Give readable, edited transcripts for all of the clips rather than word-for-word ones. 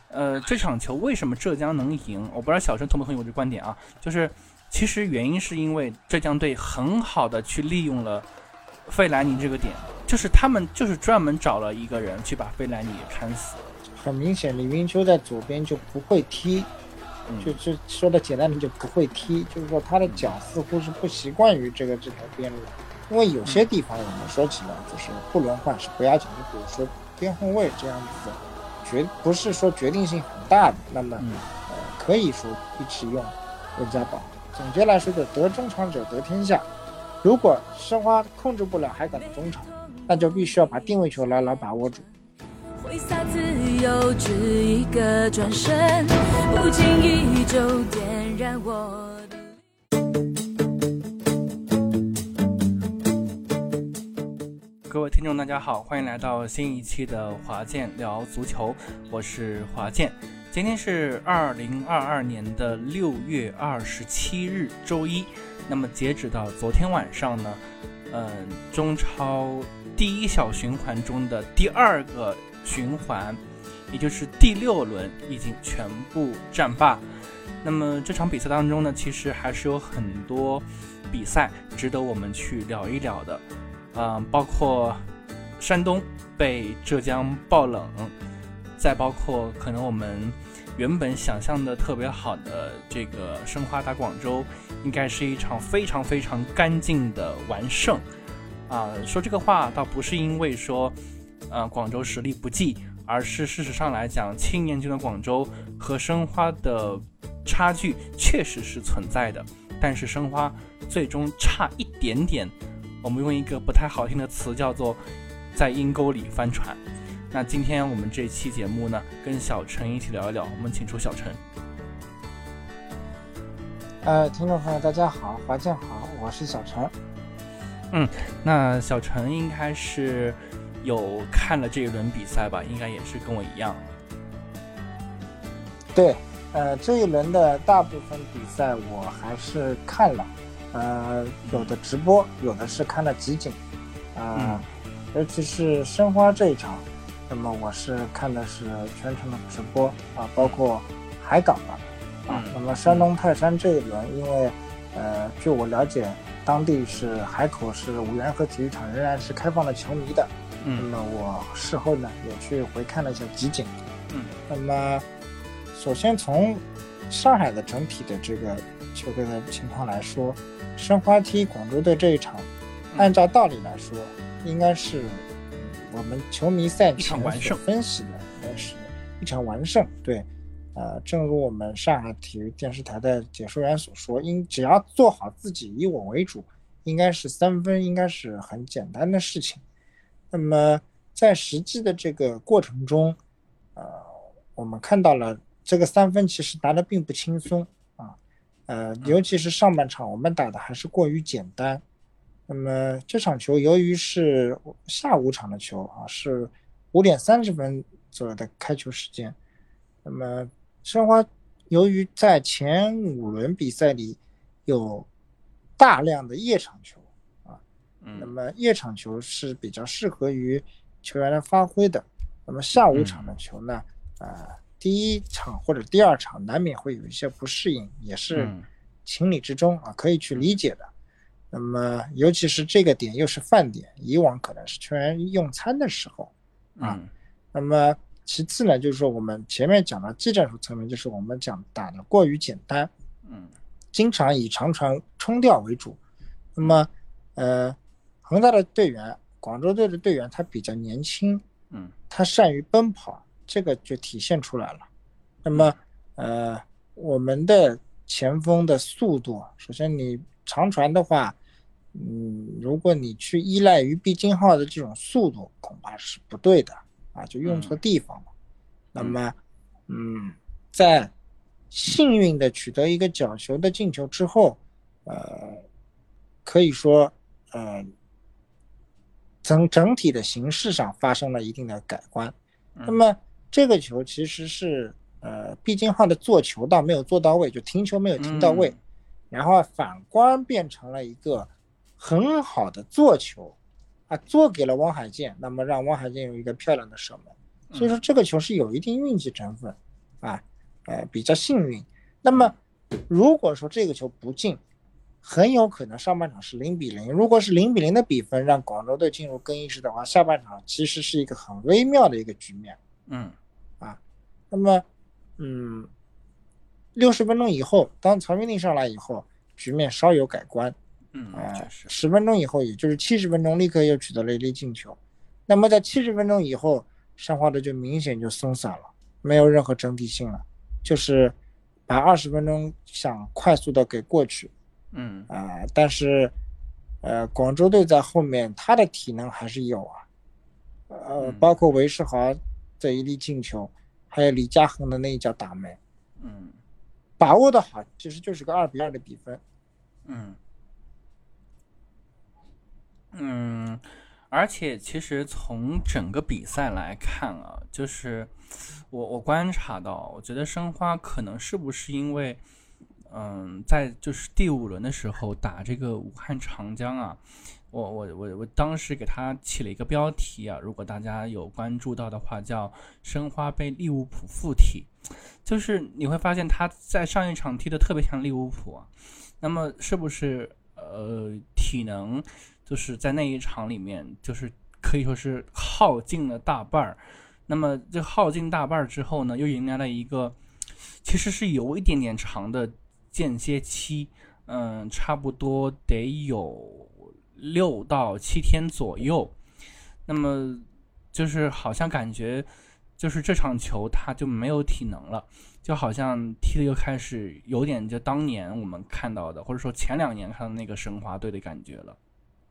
这场球为什么浙江能赢？我不知道小陈同不同意我这观点啊，就是其实原因是因为浙江队很好的去利用了费莱尼这个点，就是他们就是专门找了一个人去把费莱尼给看死。 很明显，李云秋在左边就不会踢，就说的简单点就不会踢，就是说他的脚似乎是不习惯于这条边路，因为有些地方我们说起来就是不轮换是不要紧，就比如说边后卫这样子不是说决定性很大的，那么可以说一直用温家宝。总结来说，就得中场者得天下。如果申花控制不了海港的中场，那就必须要把定位球牢牢把握住。挥洒自由，只一个转身，不经意就点燃我的。 各位听众大家好，欢迎来到新一期的华健聊足球，我是华健。今天是2022年的6月27日周一，那么截止到昨天晚上呢，中超第一小循环中的第二个循环，也就是第6轮已经全部战罢。那么这场比赛当中呢，其实还是有很多比赛值得我们去聊一聊的，包括山东被浙江爆冷，再包括可能我们原本想象的特别好的这个申花打广州，应该是一场非常非常干净的完胜。说这个话倒不是因为说广州实力不济，而是事实上来讲，青年军的广州和申花的差距确实是存在的，但是申花最终差一点点，我们用一个不太好听的词叫做在阴沟里翻船。那今天我们这期节目呢，跟小陈一起聊一聊，我们请出小陈。 听众朋友大家好，华健好，我是小陈。 那小陈应该是有看了这一轮比赛吧，应该也是跟我一样。 对，这一轮的大部分比赛我还是看了，有的直播，有的是看了集锦，尤其是申花这一场，那么我是看的是全程的直播包括海港的那么山东泰山这一轮，因为据我了解，当地是海口是五缘河体育场仍然是开放了球迷的，那么我事后呢也去回看了一下集锦，那么首先从上海的整体的这个球队的情况来说，申花踢广州队这一场，按照道理来说，应该是我们球迷赛前所分析的，应该是一场完胜。对，正如我们上海体育电视台的解说员所说，只要做好自己，以我为主，应该是3分，应该是很简单的事情。那么在实际的这个过程中，我们看到了这个3分其实拿得并不轻松尤其是上半场我们打的还是过于简单。那么这场球由于是下午场的球是5点30分左右的开球时间，那么申花由于在前5轮比赛里有大量的夜场球那么夜场球是比较适合于球员的发挥的，那么下午场的球呢第一场或者第二场难免会有一些不适应，也是情理之中可以去理解的。那么尤其是这个点又是饭点，以往可能是球员用餐的时候那么其次呢，就是说我们前面讲的技战术层面，就是我们讲打的过于简单经常以长传冲吊为主。那么恒大的队员，广州队的队员他比较年轻他善于奔跑，这个就体现出来了。那么我们的前锋的速度，首先你长传的话如果你去依赖于毕金浩的这种速度，恐怕是不对的就用错地方了。那么在幸运的取得一个角球的进球之后可以说整体的形势上发生了一定的改观。那么这个球其实是毕金浩的做球倒没有做到位，就停球没有停到位然后反观变成了一个很好的做球做给了汪海健，那么让汪海健有一个漂亮的射门。所以说这个球是有一定运气成分。 啊，比较幸运。那么如果说这个球不进，很有可能上半场是0-0。如果是0-0的比分让广州队进入更衣室的话，下半场其实是一个很微妙的一个局面。那么60分钟以后，当曹云定上来以后，局面稍有改观。10分钟以后，也就是70分钟，立刻又取得了一粒进球。那么在70分钟以后，申花队就明显就松散了，没有任何整体性了，就是把20分钟想快速的给过去。但是广州队在后面他的体能还是有啊，包括韦世豪的一粒进球，还有李佳恒的那一脚打门，把握的好，其实就是个2-2的比分。 而且其实从整个比赛来看啊，就是我观察到，我觉得申花可能是不是因为在就是第5轮的时候打这个武汉长江啊，我当时给他起了一个标题啊，如果大家有关注到的话，叫申花被利物浦附体，就是你会发现他在上一场踢得特别像利物浦啊，那么是不是体能就是在那一场里面就是可以说是耗尽了大半，那么这耗尽大半之后呢，又迎来了一个其实是有一点点长的间歇期，差不多得有6到7天左右。那么就是好像感觉就是这场球他就没有体能了，就好像踢的又开始有点就当年我们看到的，或者说前2年看到那个申花队的感觉了。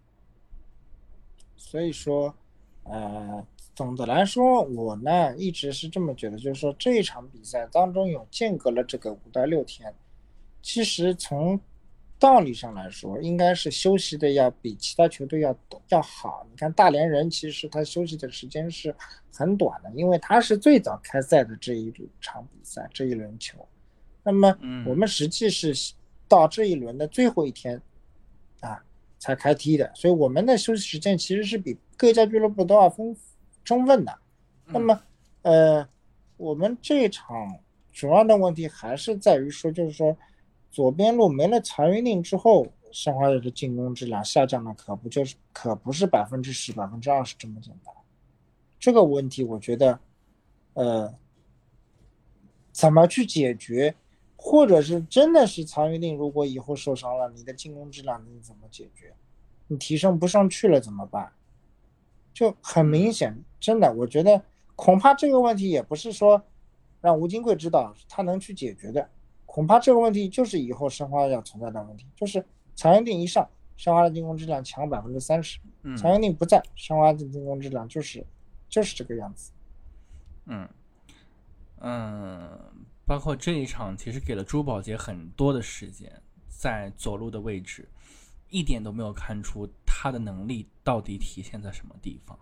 所以说总的来说我呢一直是这么觉得，就是说这一场比赛当中有间隔了这个5到6天，其实从道理上来说应该是休息的要比其他球队要好。你看大连人其实他休息的时间是很短的，因为他是最早开赛的这一场比赛，这一轮球。那么我们实际是到这一轮的最后一天才开踢的，所以我们的休息时间其实是比各家俱乐部都要充分的。那么我们这一场主要的问题还是在于说，就是说左边路没了曹云定之后，申花队的进攻质量下降的可不是10%、20%这么简单。这个问题我觉得怎么去解决，或者是真的是曹云定如果以后受伤了，你的进攻质量你怎么解决？你提升不上去了怎么办？就很明显，真的我觉得恐怕这个问题也不是说让吴金贵知道他能去解决的，恐怕这个问题就是以后申花要存在的问题，就是曹云定一上，申花的进攻质量强30%，曹云定不在，申花的进攻质量就是这个样子。 包括这一场其实给了朱宝杰很多的时间在左路的位置，一点都没有看出他的能力到底体现在什么地方。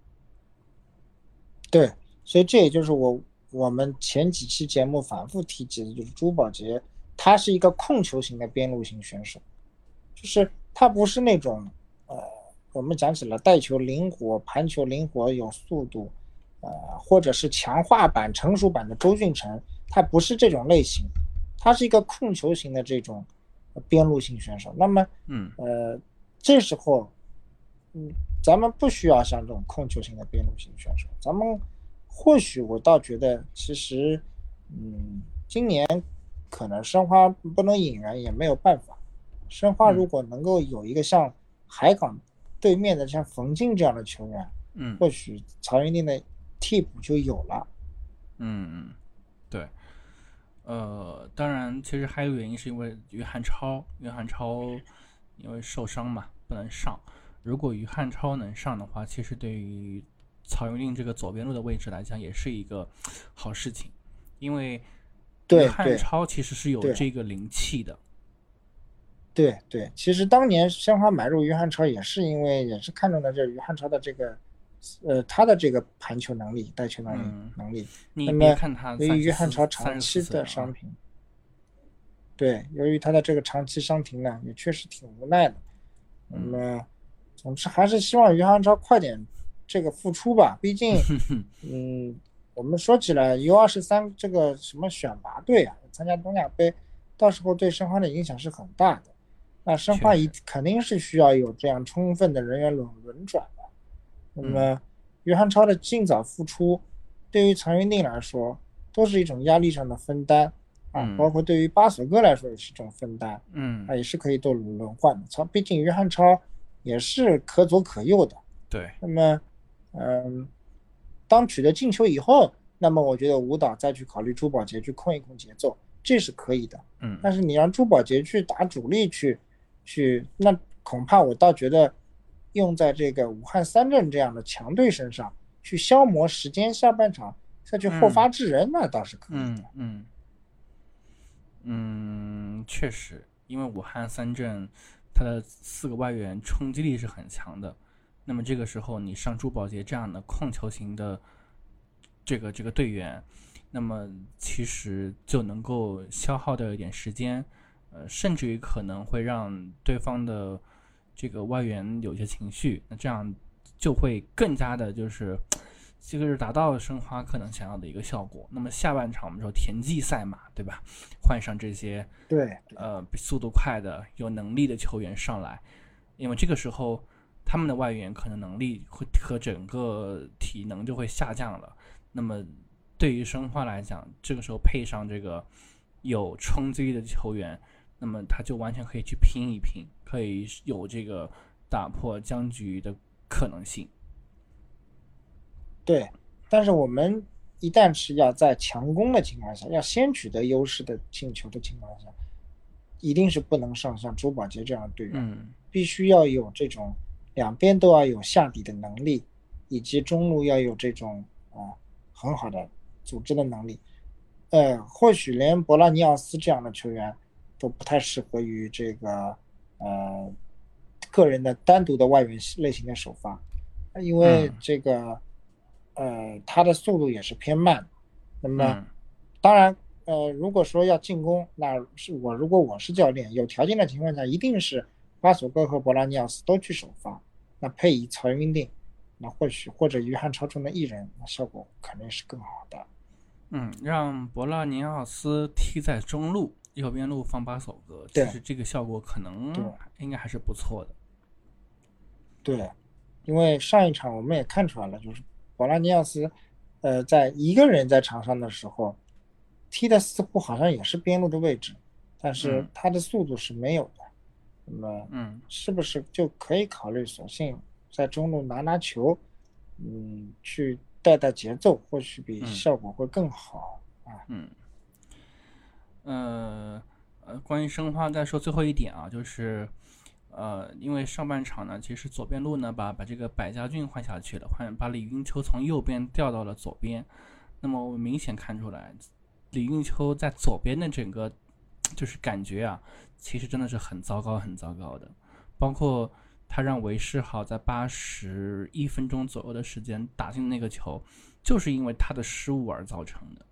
对，所以这也就是我们前几期节目反复提及的，就是朱宝杰他是一个控球型的边路型选手，就是他不是那种我们讲起来带球灵活、盘球灵活、有速度或者是强化版、成熟版的周俊辰，他不是这种类型，他是一个控球型的这种边路型选手。那么这时候咱们不需要像这种控球型的边路型选手，咱们或许我倒觉得其实今年可能申花不能引援也没有办法，申花如果能够有一个像海港对面的像冯静这样的球员，或许曹云定的替补就有了。 对，当然其实还有原因是因为于汉超因为受伤嘛不能上，如果于汉超能上的话，其实对于曹云定这个左边路的位置来讲也是一个好事情，因为于汉超其实是有这个灵气的。 对，其实当年申花买入于汉超也是因为也是看中了这于汉超的这个他的这个盘球能力、带球能力。 你别看他由于于汉超长期的伤停，对，由于他的这个长期伤停呢，也确实挺无奈的。那么总之还是希望于汉超快点这个复出吧，毕竟我们说起来 U23这个什么选拔队啊，参加东亚杯，到时候对申花的影响是很大的。那申花肯定是需要有这样充分的人员轮转的。那么于汉超的尽早复出，对于曹云定来说都是一种压力上的分担啊，包括对于巴索戈来说也是一种分担，也是可以做轮换的。毕竟于汉超也是可左可右的。 对。 那么，当取得进球以后，那么我觉得舞蹈再去考虑朱宝杰去控一控节奏，这是可以的。但是你让朱宝杰去打主力去，那恐怕我倒觉得用在这个武汉三镇这样的强队身上去消磨时间，下半场再去后发制人，那倒是可以的。 确实，因为武汉三镇他的4个外援冲击力是很强的。那么这个时候你上朱宝杰这样的控球型的这个队员，那么其实就能够消耗掉一点时间，甚至于可能会让对方的这个外援有些情绪，那这样就会更加的就是这个是达到申花可能想要的一个效果。那么下半场我们说田忌赛马，对吧？换上这些速度快的有能力的球员上来，因为这个时候他们的外援可能能力会和整个体能就会下降了。那么对于申花来讲，这个时候配上这个有冲击力的球员，那么他就完全可以去拼一拼，可以有这个打破僵局的可能性。 对，但是我们一旦是要在强攻的情况下，要先取得优势的进球的情况下，一定是不能上像朱宝杰这样的队员，必须要有这种两边都要有下底的能力，以及中路要有这种很好的组织的能力。或许连博拉尼奥斯这样的球员都不太适合于这个个人的单独的外援类型的首发，因为这个他的速度也是偏慢。那么当然如果说要进攻，那如果我是教练，有条件的情况下，一定是巴索戈和博拉尼奥斯都去首发，那配以曹云定，那或者于汉超中的一人，那效果肯定是更好的。 让博拉尼奥斯踢在中路，右边路放巴索戈，其实这个效果可能应该还是不错的。 对，因为上一场我们也看出来了，就是博拉尼奥斯在一个人在场上的时候踢的似乎好像也是边路的位置，但是他的速度是没有的。那么是不是就可以考虑索性在中路拿球，去带节奏，或许比效果会更好关于申花再说最后一点啊，就是因为上半场呢，其实左边路呢把这个百家俊换下去了，把李云秋从右边调到了左边。那么我们明显看出来，李云秋在左边的整个就是感觉啊，其实真的是很糟糕的。包括他让韦世豪在81分钟左右的时间打进那个球，就是因为他的失误而造成的。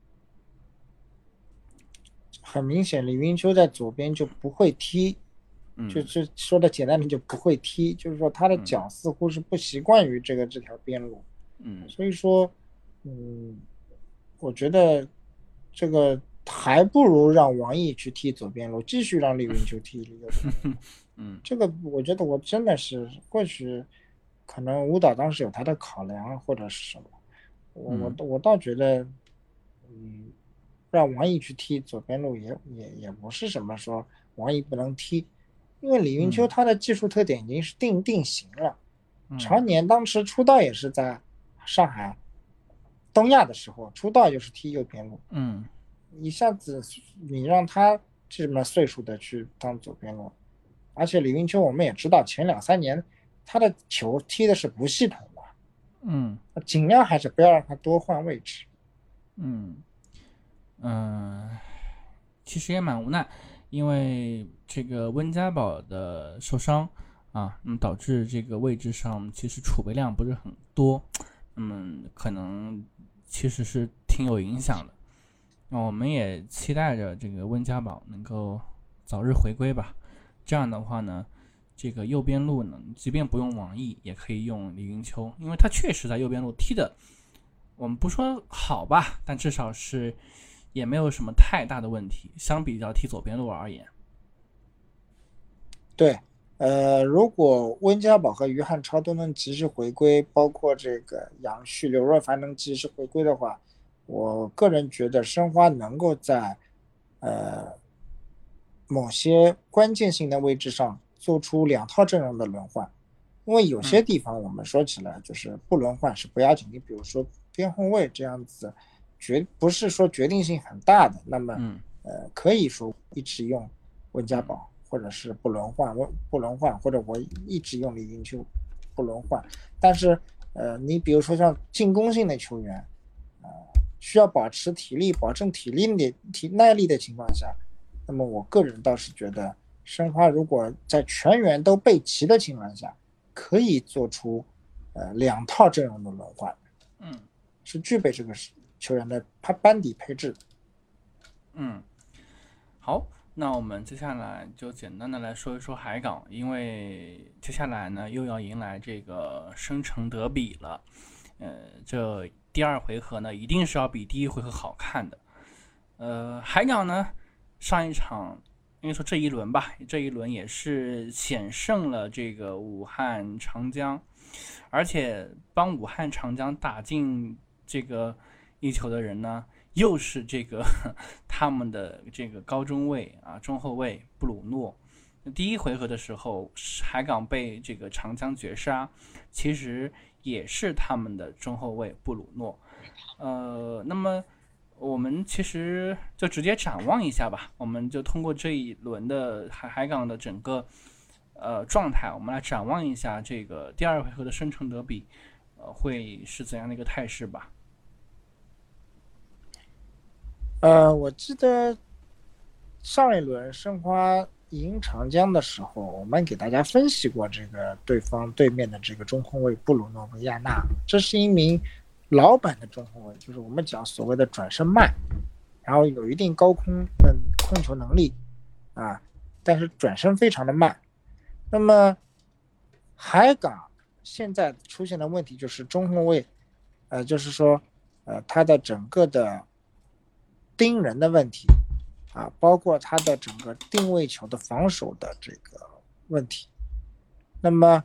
很明显，李云秋在左边就不会踢，就是说的简单点就不会踢，就是说他的脚似乎是不习惯于这条边路，所以说，我觉得这个还不如让王毅去踢左边路，继续让李云秋踢右边路。这个我觉得我真的是，或许可能舞蹈当时有他的考量或者是什么，我倒觉得，让王毅去踢左边路也不是什么说王毅不能踢，因为李云秋他的技术特点已经是定型了，常年当时出道也是在上海东亚的时候出道就是踢右边路，一下子你让他这么岁数的去当左边路，而且李云秋我们也知道前2-3年他的球踢的是不系统的，尽量还是不要让他多换位置。 其实也蛮无奈，因为这个温家宝的受伤啊，那么导致这个位置上其实储备量不是很多，可能其实是挺有影响的。那我们也期待着这个温家宝能够早日回归吧。这样的话呢，这个右边路呢，即便不用王毅，也可以用李云秋，因为他确实在右边路踢的我们不说好吧，但至少是也没有什么太大的问题，相比较踢左边路而言。 对，如果温家宝和于汉超都能及时回归，包括这个杨旭、刘若凡能及时回归的话，我个人觉得申花能够在某些关键性的位置上做出2套阵容的轮换。因为有些地方我们说起来就是不轮换是不要紧，你比如说边后卫这样子，不是说决定性很大的，那么可以说一直用温家宝，或者是不轮换，或者我一直用李云秋不轮换。但是你比如说像进攻性的球员，需要保持体力，保证体耐力的情况下，那么我个人倒是觉得申花如果在全员都备齐的情况下，可以做出2套阵容的轮换，是具备这个球员的班底配置。 好，那我们接下来就简单的来说一说海港，因为接下来呢又要迎来这个申城德比了，这第2回合呢一定是要比第1回合好看的。海港呢上一场应该说这一轮也是险胜了这个武汉长江，而且帮武汉长江打进这个1球的人呢，又是这个他们的这个高中卫中后卫布鲁诺。第1回合的时候，海港被这个长江绝杀，其实也是他们的中后卫布鲁诺。那么我们其实就直接展望一下吧，我们就通过这一轮的海港的整个状态，我们来展望一下这个第2回合的申城德比会是怎样的一个态势吧。 我记得上一轮申花赢长江的时候，我们给大家分析过这个对面的这个中后卫布鲁诺维亚纳，这是一名老版的中后卫，就是我们讲所谓的转身慢，然后有一定高空的控球能力但是转身非常的慢。那么海港现在出现的问题就是中后卫就是说他的整个的盯人的问题包括他的整个定位球的防守的这个问题。那么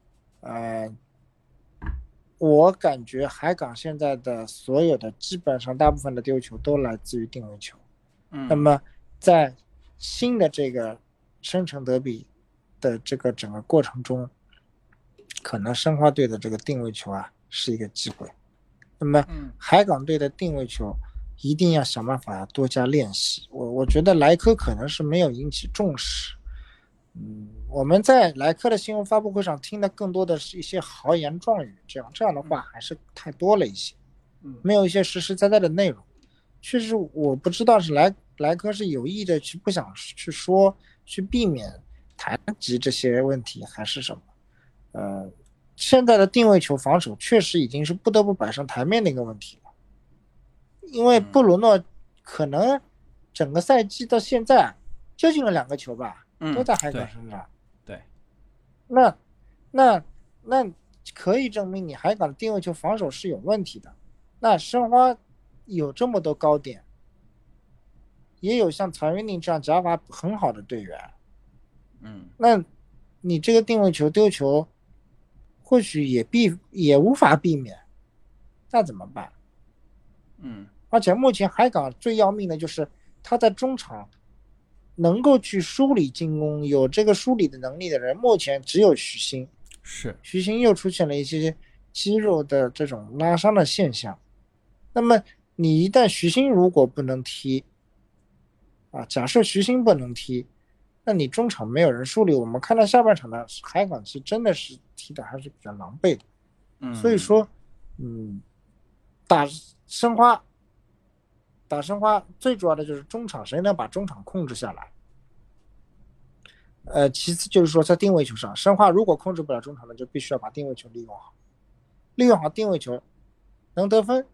我感觉海港现在的所有的基本上大部分的丢球都来自于定位球。那么在新的这个申城德比的这个整个过程中，可能申花队的这个定位球是一个机会。那么海港队的定位球一定要想办法多加练习。我觉得莱科可能是没有引起重视。我们在莱科的新闻发布会上听的更多的是一些豪言壮语，这样的话还是太多了一些，没有一些实实在在的内容。确实我不知道是莱科是有意的不想去说，去避免谈及这些问题，还是什么。现在的定位球防守确实已经是不得不摆上台面的一个问题了。因为布鲁诺可能整个赛季到现在就进了2个球吧，都在海港身上。 对， 那可以证明你海港的定位球防守是有问题的。那申花有这么多高点，也有像曹云定这样夹法很好的队员，那你这个定位球丢球或许也无法避免，那怎么办？而且目前海港最要命的就是他在中场能够去梳理进攻，有这个梳理的能力的人目前只有徐新。徐新又出现了一些肌肉的这种拉伤的现象。那么你一旦徐新如果不能踢假设徐新不能踢，那你中场没有人梳理。我们看到下半场的海港其实真的是踢的还是比较狼狈的。所以说打申花最主要的就是中场谁能把中场控制下来。其次就是说在定位球上，申花如果控制不了中场呢，就必须要把定位球利用好定位球，能得分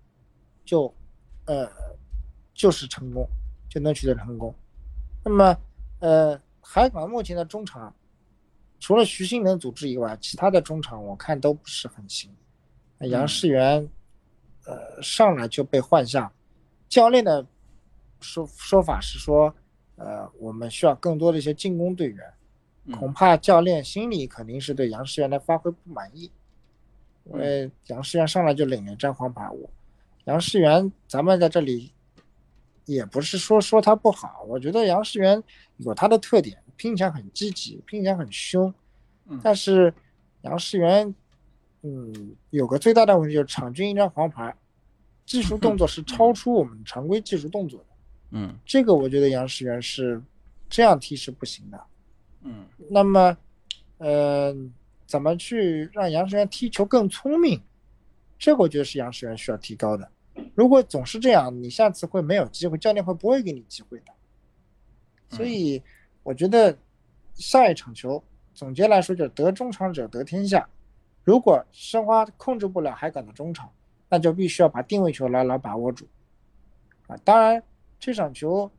就是成功，就能取得成功。那么海港目前的中场除了徐新能组织以外，其他的中场我看都不是很行。杨世元上来就被换下。教练的说法是说，我们需要更多的一些进攻队员。恐怕教练心里肯定是对杨世元的发挥不满意，因为杨世元上来就领了一张黄牌。杨世元咱们在这里也不是说他不好，我觉得杨世元有他的特点，拼抢很积极，拼抢很凶，但是杨世元有个最大的问题就是场均一张黄牌，技术动作是超出我们常规技术动作的。这个我觉得杨世元是这样踢是不行的。那么怎么去让杨世元踢球更聪明，这个我觉得是杨世元需要提高的。如果总是这样，你下次会没有机会，教练会不会给你机会的。所以我觉得下一场球总结来说就是得中场者得天下。如果申花控制不了海港的中场，那就必须要把定位球牢牢把握住。当然这场球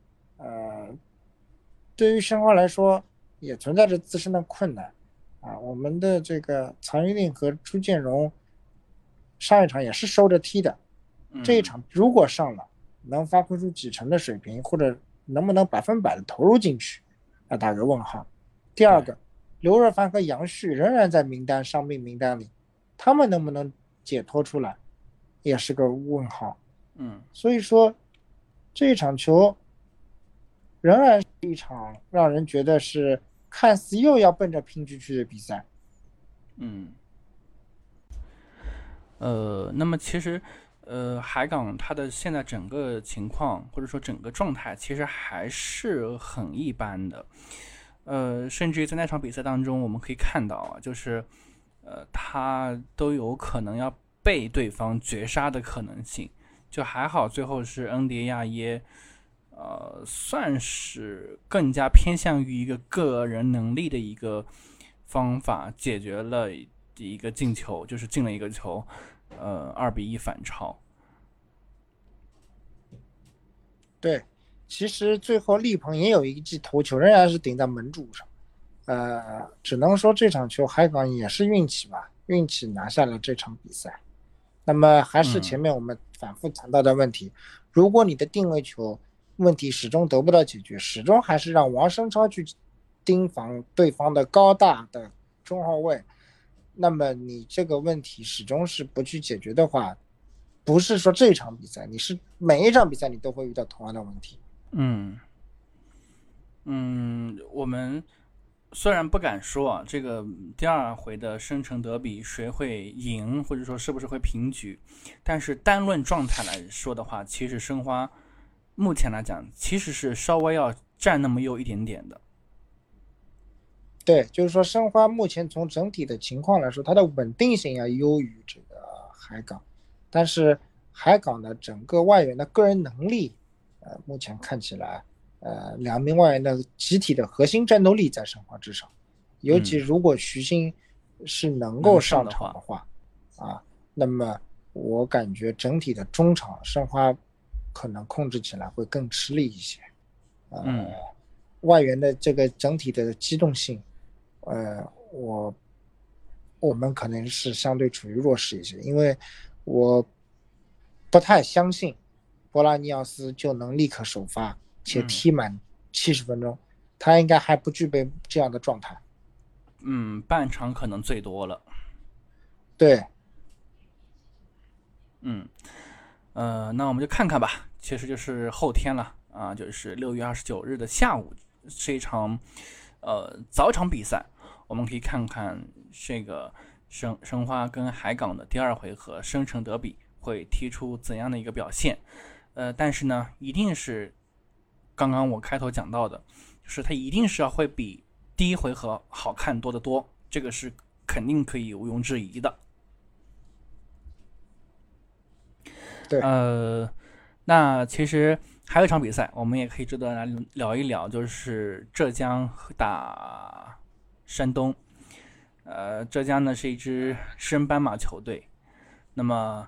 对于申花来说也存在着自身的困难我们的这个曹云令和朱建荣上一场也是收着踢的，这一场如果上了，能发挥出几成的水平，或者能不能100%的投入进去，要打个问号。第二个，刘若凡和杨旭仍然在伤病名单里，他们能不能解脱出来，也是个问号。所以说这一场球仍然是一场让人觉得是看似又要奔着平局去的比赛。 那么其实海港它的现在整个情况或者说整个状态其实还是很一般的。甚至于在那场比赛当中我们可以看到就是他都有可能要被对方绝杀的可能性，就还好最后是恩迪亚耶算是更加偏向于一个个人能力的一个方法解决了一个进球，就是进了一个球2-1反超。 对，其实最后力鹏也有一记头球，仍然是顶在门柱上。只能说这场球海港也是运气吧，运气拿下了这场比赛。那么还是前面我们反复谈到的问题，如果你的定位球问题始终得不到解决，始终还是让王声超去盯防对方的高大的中后卫，那么你这个问题始终是不去解决的话，不是说这场比赛，你是每一场比赛你都会遇到同样的问题。 我们虽然不敢说这个第二回的申城德比谁会赢，或者说是不是会平局，但是单论状态来说的话，其实申花目前来讲其实是稍微要占那么优一点点的。 对，就是说申花目前从整体的情况来说，它的稳定性要优于这个海港，但是海港的整个外援的个人能力目前看起来2名外援的集体的核心战斗力在申花之上，尤其如果徐新是能够上场的话那么我感觉整体的中场申花可能控制起来会更吃力一些。外援的这个整体的机动性我们可能是相对处于弱势一些，因为我不太相信波拉尼奥斯就能立刻首发且踢满70分钟，他应该还不具备这样的状态。 半场可能最多了。 对。 那我们就看看吧，其实就是后天了就是6月29日的下午是一场早场比赛，我们可以看看这个申花跟海港的第二回合申城德比会踢出怎样的一个表现。但是呢一定是刚刚我开头讲到的，就是它一定是要会比第一回合好看多得多，这个是肯定可以毋庸置疑的。 对。 那其实还有一场比赛我们也可以值得来聊一聊，就是浙江打山东。浙江呢是一支诗人斑马球队，那么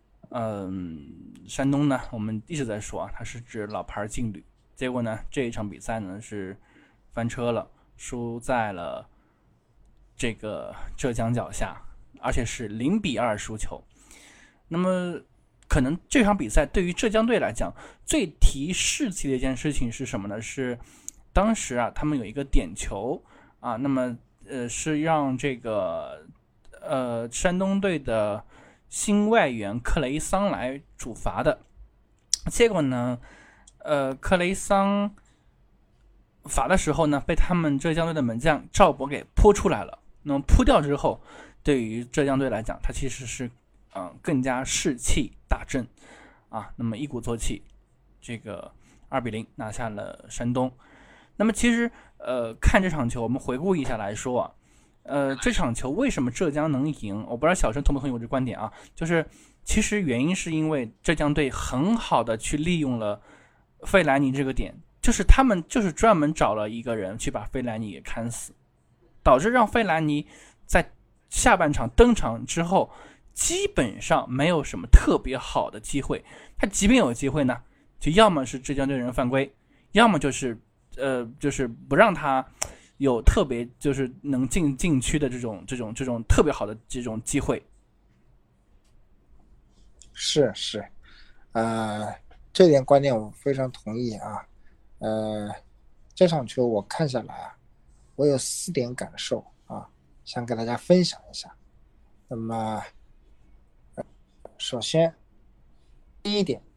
山东呢我们一直在说它是指老牌劲旅，结果呢这一场比赛呢是翻车了，输在了这个浙江脚下，而且是0-2输球。那么可能这场比赛对于浙江队来讲最提士气的一件事情是什么呢？是当时啊，他们有一个点球啊，那么是让这个山东队的新外援克雷桑来主罚的。结果呢，克雷桑罚的时候呢，被他们浙江队的门将赵博给扑出来了。那么扑掉之后，对于浙江队来讲，他其实是更加士气大振啊，那么一鼓作气，这个2-0拿下了山东。那么其实看这场球，我们回顾一下来说啊，这场球为什么浙江能赢？我不知道小陈同不同意我这观点啊，就是其实原因是因为浙江队很好的去利用了费莱尼这个点，就是他们就是专门找了一个人去把费莱尼给看死，导致让费莱尼在下半场登场之后基本上没有什么特别好的机会。他即便有机会呢，就要么是浙江队人犯规，要么就是不让他有特别就是能进禁区的这种特别好的这种机会。 是，这点观点我非常同意啊。这场球我看下来啊，我有4点感受啊，想给大家分享一下。那么，首先，第一点，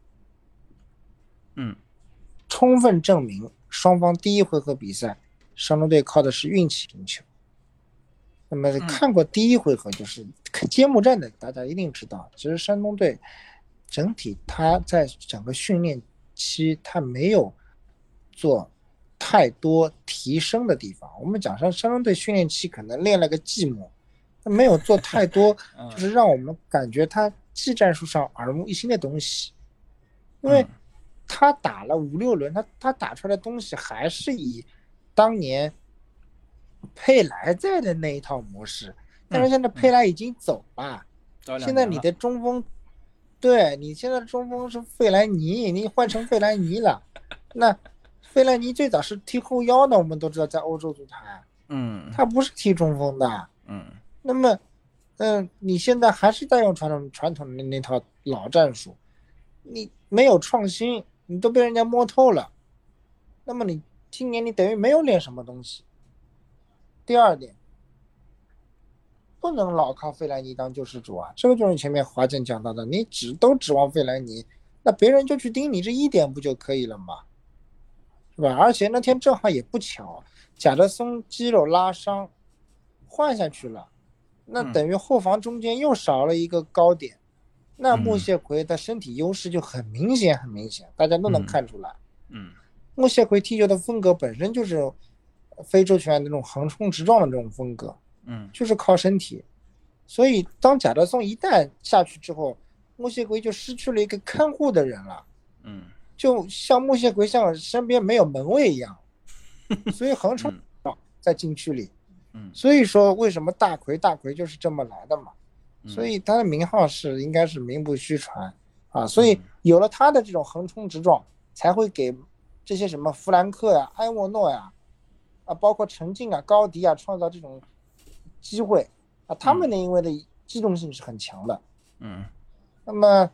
充分证明双方第一回合比赛，山东队靠的是运气赢球。那么看过第一回合就是揭幕战的，大家一定知道，其实山东队整体他在整个训练期他没有做太多提升的地方。我们讲山东队训练期可能练了个寂寞，他没有做太多就是让我们感觉他技战术上耳目一新的东西。因为他打了5-6轮，他打出来的东西还是以当年佩莱在的那一套模式，但是现在佩莱已经走了，现在你的中锋，对，你现在的中锋是费莱尼，你换成费莱尼了。那费莱尼最早是踢后腰的，我们都知道在欧洲足坛，他不是踢中锋的，那么，你现在还是在用传统的那套老战术，你没有创新，你都被人家摸透了，那么你今年你等于没有练什么东西。第二点，不能老靠费莱尼当救世主啊！这个就是前面华健讲到的，你都指望费莱尼，那别人就去盯你这1点不就可以了吗？是吧？而且那天正好也不巧，贾德松肌肉拉伤，换下去了，那等于后防中间又少了一个高点，那穆谢奎的身体优势就很明显，大家都能看出来。穆谢奎踢球的风格本身就是非洲球员那种横冲直撞的这种风格，就是靠身体。所以当贾德松一旦下去之后，穆谢奎就失去了一个看护的人了，就像穆谢奎像身边没有门卫一样，所以横冲在禁区里，所以说为什么大奎就是这么来的嘛，所以他的名号应该是名不虚传啊，所以有了他的这种横冲直撞，才会给这些什么弗兰克呀、埃莫诺呀包括陈静啊、高迪啊创造这种机会啊，他们的因为的机动性是很强的。那么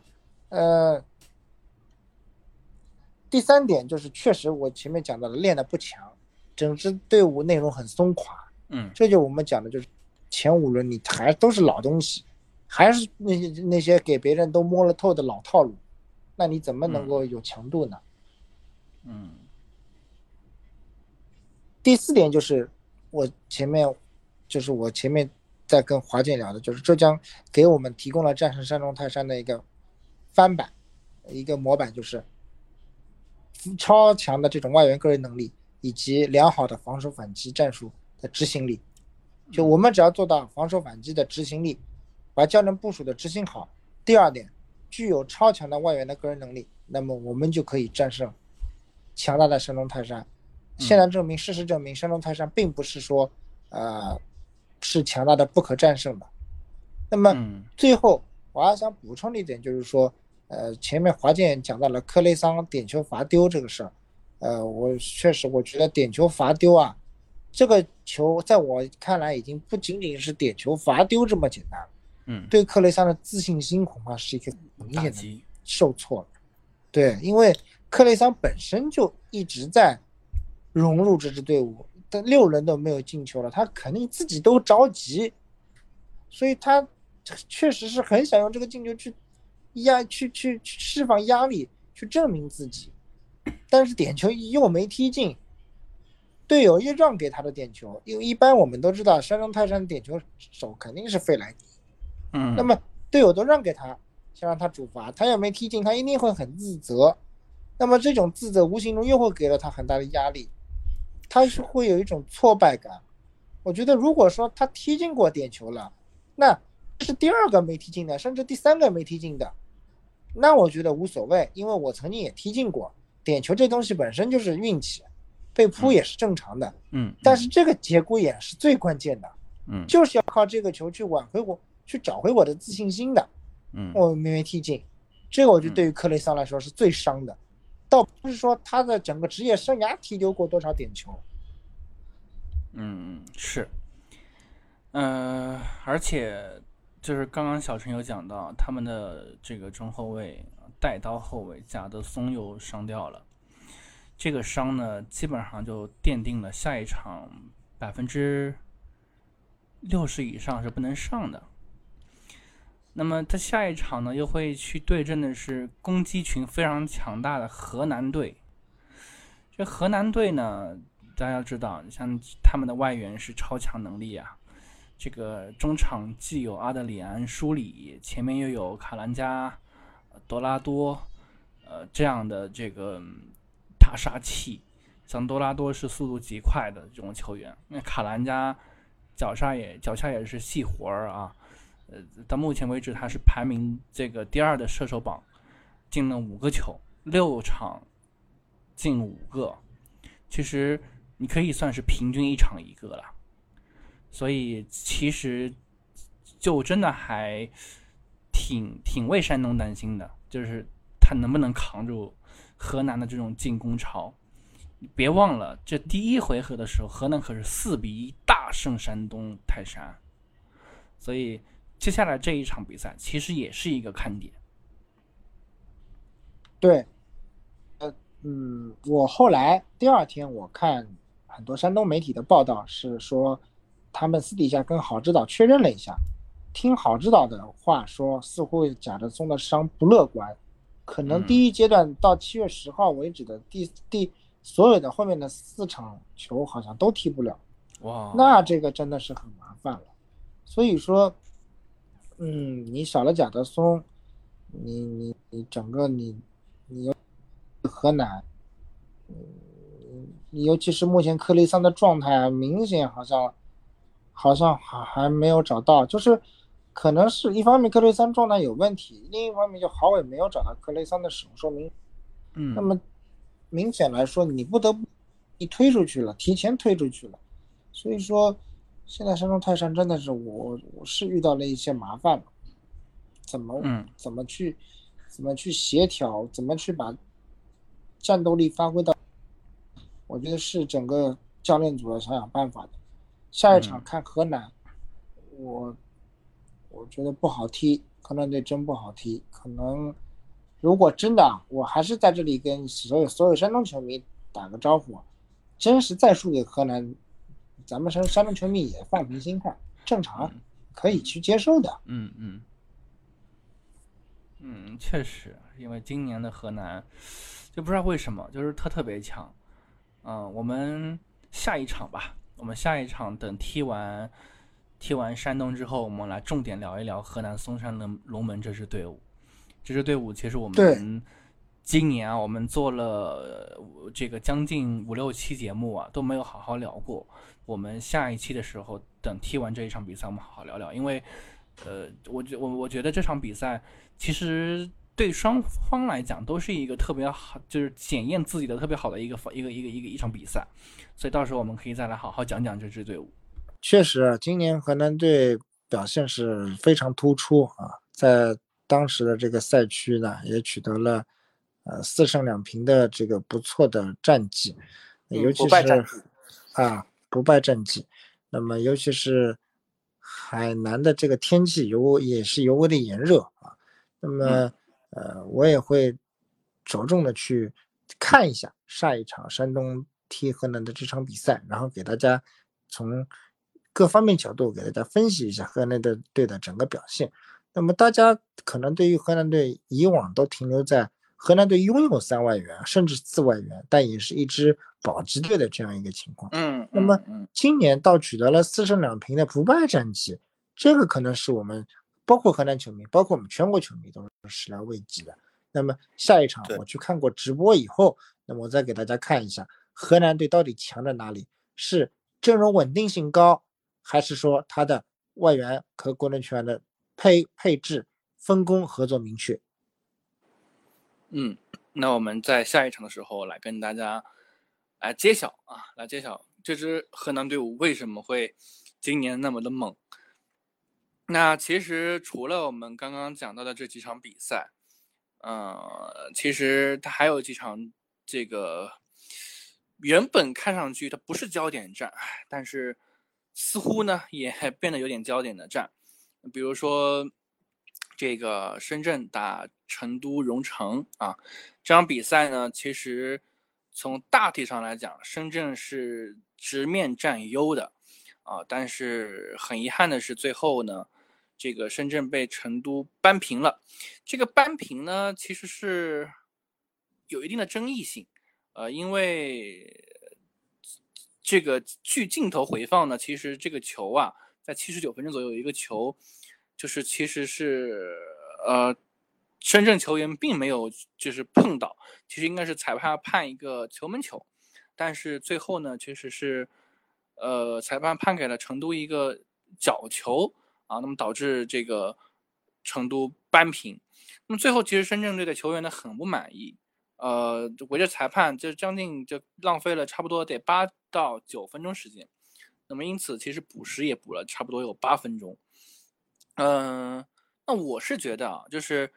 第3点就是确实我前面讲到的练得不强，整支队伍内容很松垮。这就我们讲的就是前5轮你还都是老东西，还是那些给别人都摸了透的老套路，那你怎么能够有强度呢？第4点就是我前面在跟华健聊的，就是浙江给我们提供了战胜山东泰山的一个翻版，一个模板，就是超强的这种外援个人能力以及良好的防守反击战术的执行力。就我们只要做到防守反击的执行力，把教练部署的执行好。第2点，具有超强的外援的个人能力，那么我们就可以战胜强大的山东泰山。现在事实证明，山东泰山并不是说是强大的不可战胜的。那么最后我还想补充的一点就是说，前面华健讲到了克雷桑点球罚丢这个事儿，我觉得点球罚丢啊，这个球在我看来已经不仅仅是点球罚丢这么简单了。对克雷桑的自信心恐怕是一个明显的受挫了。对，因为克雷桑本身就一直在融入这支队伍，但6轮都没有进球了，他肯定自己都着急，所以他确实是很想用这个进球去释放压力，去证明自己。但是点球又没踢进，队友又让给他的点球，因为一般我们都知道山东泰山的点球手肯定是费莱尼，那么队友都让给他，想让他主罚，他也没踢进，他一定会很自责。那么这种自责无形中又会给了他很大的压力，他是会有一种挫败感。我觉得如果说他踢进过点球了，那是第2个没踢进的，甚至第3个没踢进的，那我觉得无所谓，因为我曾经也踢进过。点球这东西本身就是运气，被扑也是正常的。但是这个节骨眼是最关键的，就是要靠这个球去挽回我，去找回我的自信心的。我没踢进，这个我觉得对于克雷桑来说是最伤的，倒不是说他的整个职业生涯踢丢过多少点球。 是，而且就是刚刚小陈有讲到他们的这个中后卫带刀后卫贾德松又伤掉了，这个伤呢基本上就奠定了下一场60%以上是不能上的。那么他下一场呢又会去对阵的是攻击群非常强大的河南队。这河南队呢，大家知道，像他们的外援是超强能力啊。这个中场既有阿德里安、舒里，前面又有卡兰加、多拉多，这样的这个大杀器。像多拉多是速度极快的这种球员，那卡兰加脚下也是细活啊。到目前为止他是排名这个第2的射手榜，进了5个球，6场进5个，其实你可以算是平均1场1个了。所以其实就真的还挺为山东担心的，就是他能不能扛住河南的这种进攻潮。别忘了，这第1回合的时候，河南可是4-1大胜山东泰山，所以接下来这一场比赛其实也是一个看点。 对，我后来第2天我看很多山东媒体的报道是说，他们私底下跟郝指导确认了一下，听郝指导的话说，似乎贾德松的伤不乐观，可能第1阶段到7月10号为止的所有的后面的4场球好像都踢不了。 哇， 那这个真的是很麻烦了。所以说，你少了贾德松，你整个你河南，尤其是目前克雷桑的状态明显好像还没有找到，就是可能是一方面克雷桑状态有问题，另一方面就郝伟没有找到克雷桑的使用说明。那么明显来说，你不得不推出去了，提前推出去了。所以说，现在山东泰山真的是我是遇到了一些麻烦了，怎么去协调，怎么去把战斗力发挥到，我觉得是整个教练组要想办法的。下一场看河南，我觉得不好踢，河南队真不好踢。可能如果真的，我还是在这里跟所有山东球迷打个招呼，真是再输给河南，咱们山东球迷也放平心态，正常，可以去接受的。 确实，因为今年的河南就不知道为什么就是特别强。我们下一场吧，我们下一场等踢完山东之后，我们来重点聊一聊河南嵩山的龙门这支队伍。这支队伍其实我们今年我们做了这个将近5、6期节目都没有好好聊过。我们下一期的时候，等踢完这一场比赛，我们好好聊聊。因为我觉得这场比赛其实对双方来讲都是一个特别好，就是检验自己的特别好的一场比赛。所以到时候我们可以再来好好讲讲这支队伍。 确实，今年河南队表现是非常突出啊，在当时的这个赛区呢，也取得了4胜2平的这个不错的战绩，尤其是不败战绩。那么尤其是海南的这个天气也是尤为的炎热啊。那么我也会着重的去看一下下一场山东踢河南的这场比赛，然后给大家从各方面角度给大家分析一下河南队的整个表现。那么大家可能对于河南队以往都停留在河南队拥有3外援甚至4外援，但也是一支保级队的这样一个情况。那么今年倒取得了4胜2平的不败战绩，这个可能是我们包括河南球迷，包括我们全国球迷都是始料未及的。那么下一场我去看过直播以后，那么我再给大家看一下河南队到底强在哪里，是阵容稳定性高，还是说他的外援和国内球员的配置分工合作明确。 那我们在下一场的时候来跟大家来揭晓这支河南队伍为什么会今年那么的猛。那其实除了我们刚刚讲到的这几场比赛，其实它还有几场这个原本看上去它不是焦点战，但是似乎呢也变得有点焦点的战，比如说这个深圳打成都蓉城啊，这场比赛呢，其实从大体上来讲，深圳是直面占优的啊，但是很遗憾的是，最后呢，这个深圳被成都扳平了。这个扳平呢，其实是有一定的争议性，因为这个据镜头回放呢，其实这个球啊，在79分钟左右有一个球，就是其实是深圳球员并没有就是碰到，其实应该是裁判判一个球门球，但是最后呢，其实是裁判判给了成都一个角球啊，那么导致这个成都扳平。那么最后其实深圳队的球员呢很不满意，围着裁判就将近就浪费了差不多得8到9分钟时间，那么因此其实补时也补了差不多有8分钟。那我是觉得啊，就是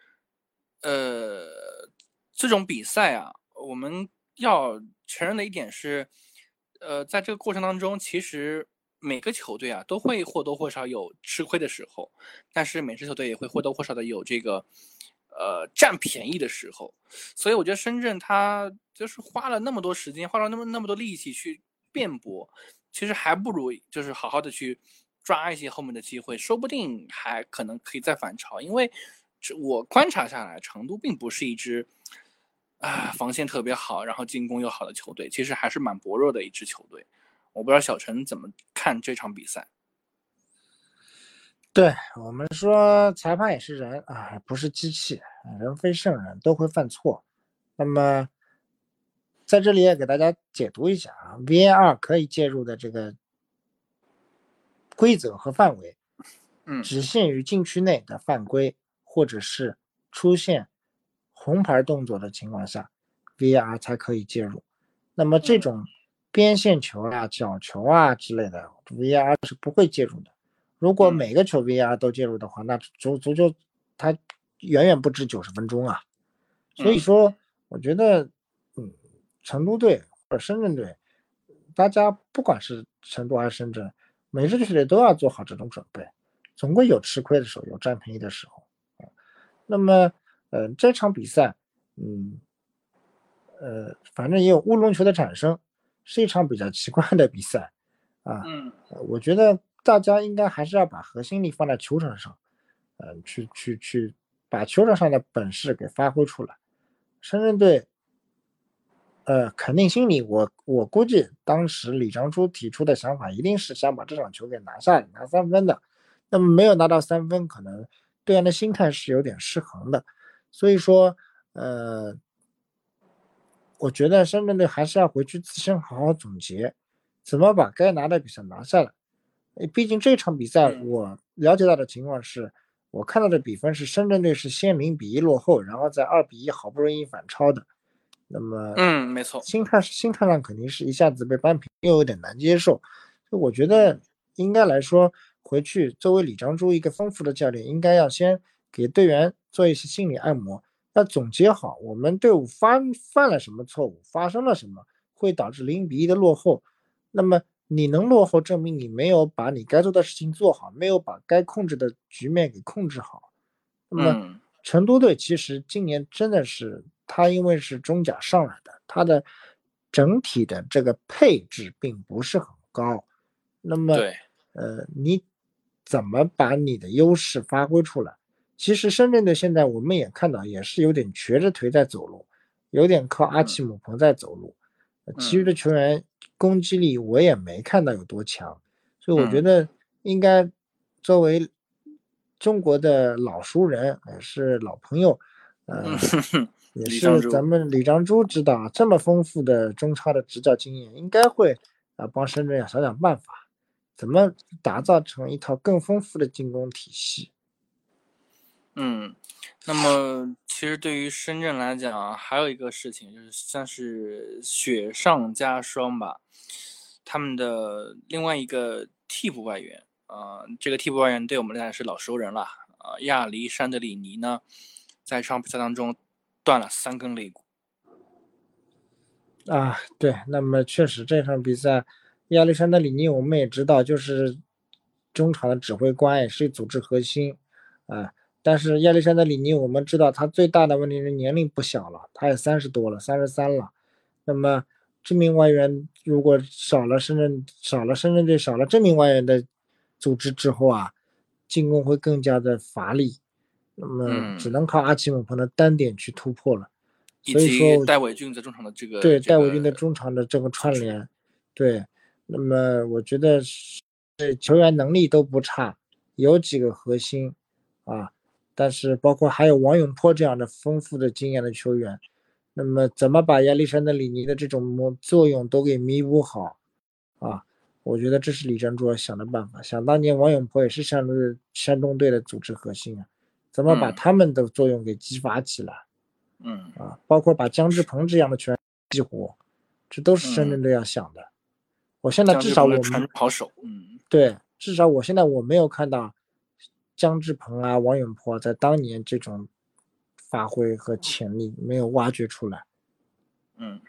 这种比赛啊，我们要承认的一点是，在这个过程当中，其实每个球队啊都会或多或少有吃亏的时候，但是每支球队也会或多或少的有这个占便宜的时候，所以我觉得深圳他就是花了那么多时间，花了那么多力气去辩驳，其实还不如就是好好的去抓一些后面的机会，说不定还可能可以再反超。因为我观察下来，成都并不是一支防线特别好，然后进攻又好的球队，其实还是蛮薄弱的一支球队。我不知道小陈怎么看这场比赛。 对，我们说裁判也是人啊，不是机器，人非圣人，都会犯错。那么在这里也给大家解读一下啊 ，VAR 可以介入的这个规则和范围，只限于禁区内的犯规，或者是出现红牌动作的情况下 ，VAR 才可以介入。那么这种边线球啊、角球啊之类的 ，VAR 是不会介入的。如果每个球 VAR 都介入的话，那足球它远远不止90分钟啊。所以说，我觉得，成都队或者深圳队，大家不管是成都还是深圳，每支球队都要做好这种准备，总归有吃亏的时候，有占便宜的时候。那么，这场比赛，反正也有乌龙球的产生，是一场比较奇怪的比赛啊。我觉得大家应该还是要把核心力放在球场上，去把球场上的本事给发挥出来。深圳队，肯定心里我估计当时李章洙提出的想法一定是想把这场球给拿下来，拿3分的。那么没有拿到3分，可能队员的心态是有点失衡的。所以说，我觉得深圳队还是要回去自身好好总结，怎么把该拿的比赛拿下来。毕竟这场比赛我了解到的情况是，我看到的比分是深圳队是先0-1落后，然后在2-1好不容易反超的。那么， 没错， 心态上肯定是一下子被扳平，又有点难接受。我觉得应该来说，回去作为李章洙一个丰富的教练，应该要先给队员做一些心理按摩，要总结好我们队伍犯了什么错误，发生了什么，会导致0-1的落后。那么你能落后，证明你没有把你该做的事情做好，没有把该控制的局面给控制好。那么成都队其实今年真的是他因为是中甲上来的，他的整体的这个配置并不是很高。那么， 对， 你怎么把你的优势发挥出来？其实深圳队现在我们也看到，也是有点瘸着腿在走路，有点靠阿嗯奇姆彭在走路。其余嗯的球员攻击力我也没看到有多强，所以我觉嗯得应该作为中国的老熟人，也是老朋友， 嗯， 也李章洙， 是咱们李章洙知道这么丰富的中超的执教经验，应该会帮深圳想想办法，怎么打造成一套更丰富的进攻体系。 嗯，那么其实对于深圳来讲，还有一个事情就是像是雪上加霜吧，他们的另外一个替补外援，这个替补外援对我们来讲是老熟人了，亚历山德里尼呢，在这场比赛当中断了3根肋骨。 对，那么确实这场比赛，亚历山大里尼我们也知道，就是中场的指挥官，也是组织核心啊。但是亚历山大里尼我们知道他最大的问题是年龄不小了，他也30多了，33了。那么这名外援如果少了深圳队少了这名外援的组织之后啊，进攻会更加的乏力，那么只嗯， 能靠阿奇姆彭的单点去突破了。 以所以说， 及戴伟俊在中场的这个对这个戴维军的中场的这个组织， 串联，对，那么我觉得是球员能力都不差，有几个核心啊，但是包括还有王永珀这样的丰富的经验的球员，那么怎么把亚历山大里尼的这种作用都给弥补好啊？我觉得这是李章洙要想的办法。想当年王永珀也是山东队的组织核心啊，怎么把嗯他们的作用给激发起来？ 嗯包括把姜志鹏这样的球员激活，这都是深嗯， 圳队要想的。我现在姜至志鹏的传少我们跑手， 对，至少我现在我没有看到姜志鹏啊、王永珀在当年这种发挥和潜力没有挖掘出来。 嗯。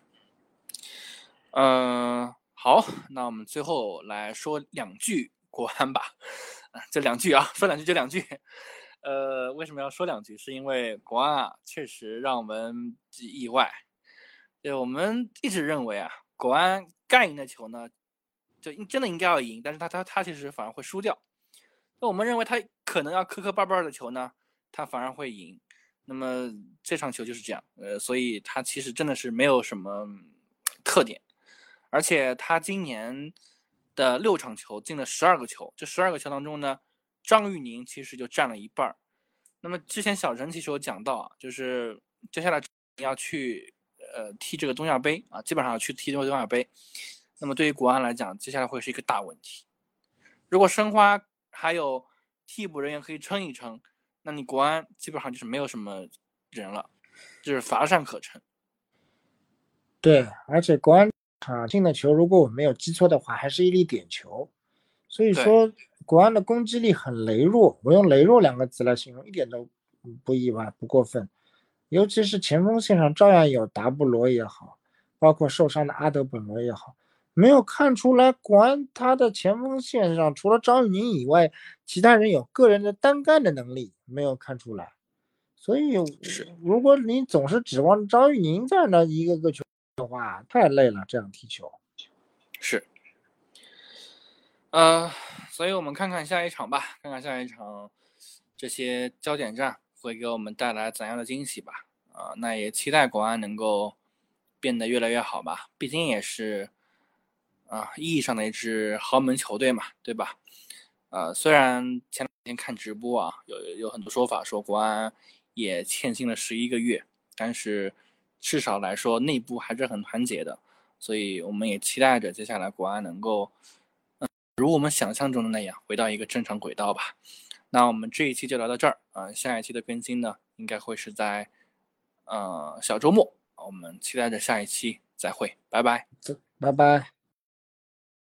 好，那我们最后来说两句国安吧。这两句啊，说两句就两句。为什么要说两句？是因为国安啊，确实让我们意外。对，我们一直认为啊，国安该赢的球呢，就真的应该要赢，但是他其实反而会输掉。那我们认为他可能要磕磕绊绊的球呢，他反而会赢。那么这场球就是这样，所以他其实真的是没有什么特点。而且他今年的6场球进了12个球，这12个球当中呢，张玉宁其实就占了一半。那么之前小陈其实有讲到啊，就是接下来要去踢这个东亚杯啊，基本上要去踢这个东亚杯。那么对于国安来讲，接下来会是一个大问题。如果申花还有替补人员可以撑一撑，那你国安基本上就是没有什么人了，就是乏善可陈。 对，而且国安进的球，如果我没有记错的话，还是一粒点球。所以对， 说，国安的攻击力很羸弱，我用羸弱两个字来形容，一点都不意外，不过分。尤其是前锋线上照样有达布罗也好，包括受伤的阿德本罗也好，没有看出来国安他的前锋线上除了张玉宁以外，其他人有个人的单干的能力，没有看出来。所以， 是如果你总是指望张玉宁在那一个个球的话，太累了，这样踢球。 是。所以我们看看下一场吧，看看下一场这些焦点战会给我们带来怎样的惊喜吧。那也期待国安能够变得越来越好吧，毕竟也是意义上的一支豪门球队嘛，对吧？虽然前两天看直播啊，有很多说法说国安也欠薪了11个月，但是至少来说内部还是很团结的，所以我们也期待着接下来国安能够如我们想象中的那样回到一个正常轨道吧。那我们这一期就聊到这儿下一期的更新呢，应该会是在小周末，我们期待着下一期再会，拜拜。 拜拜。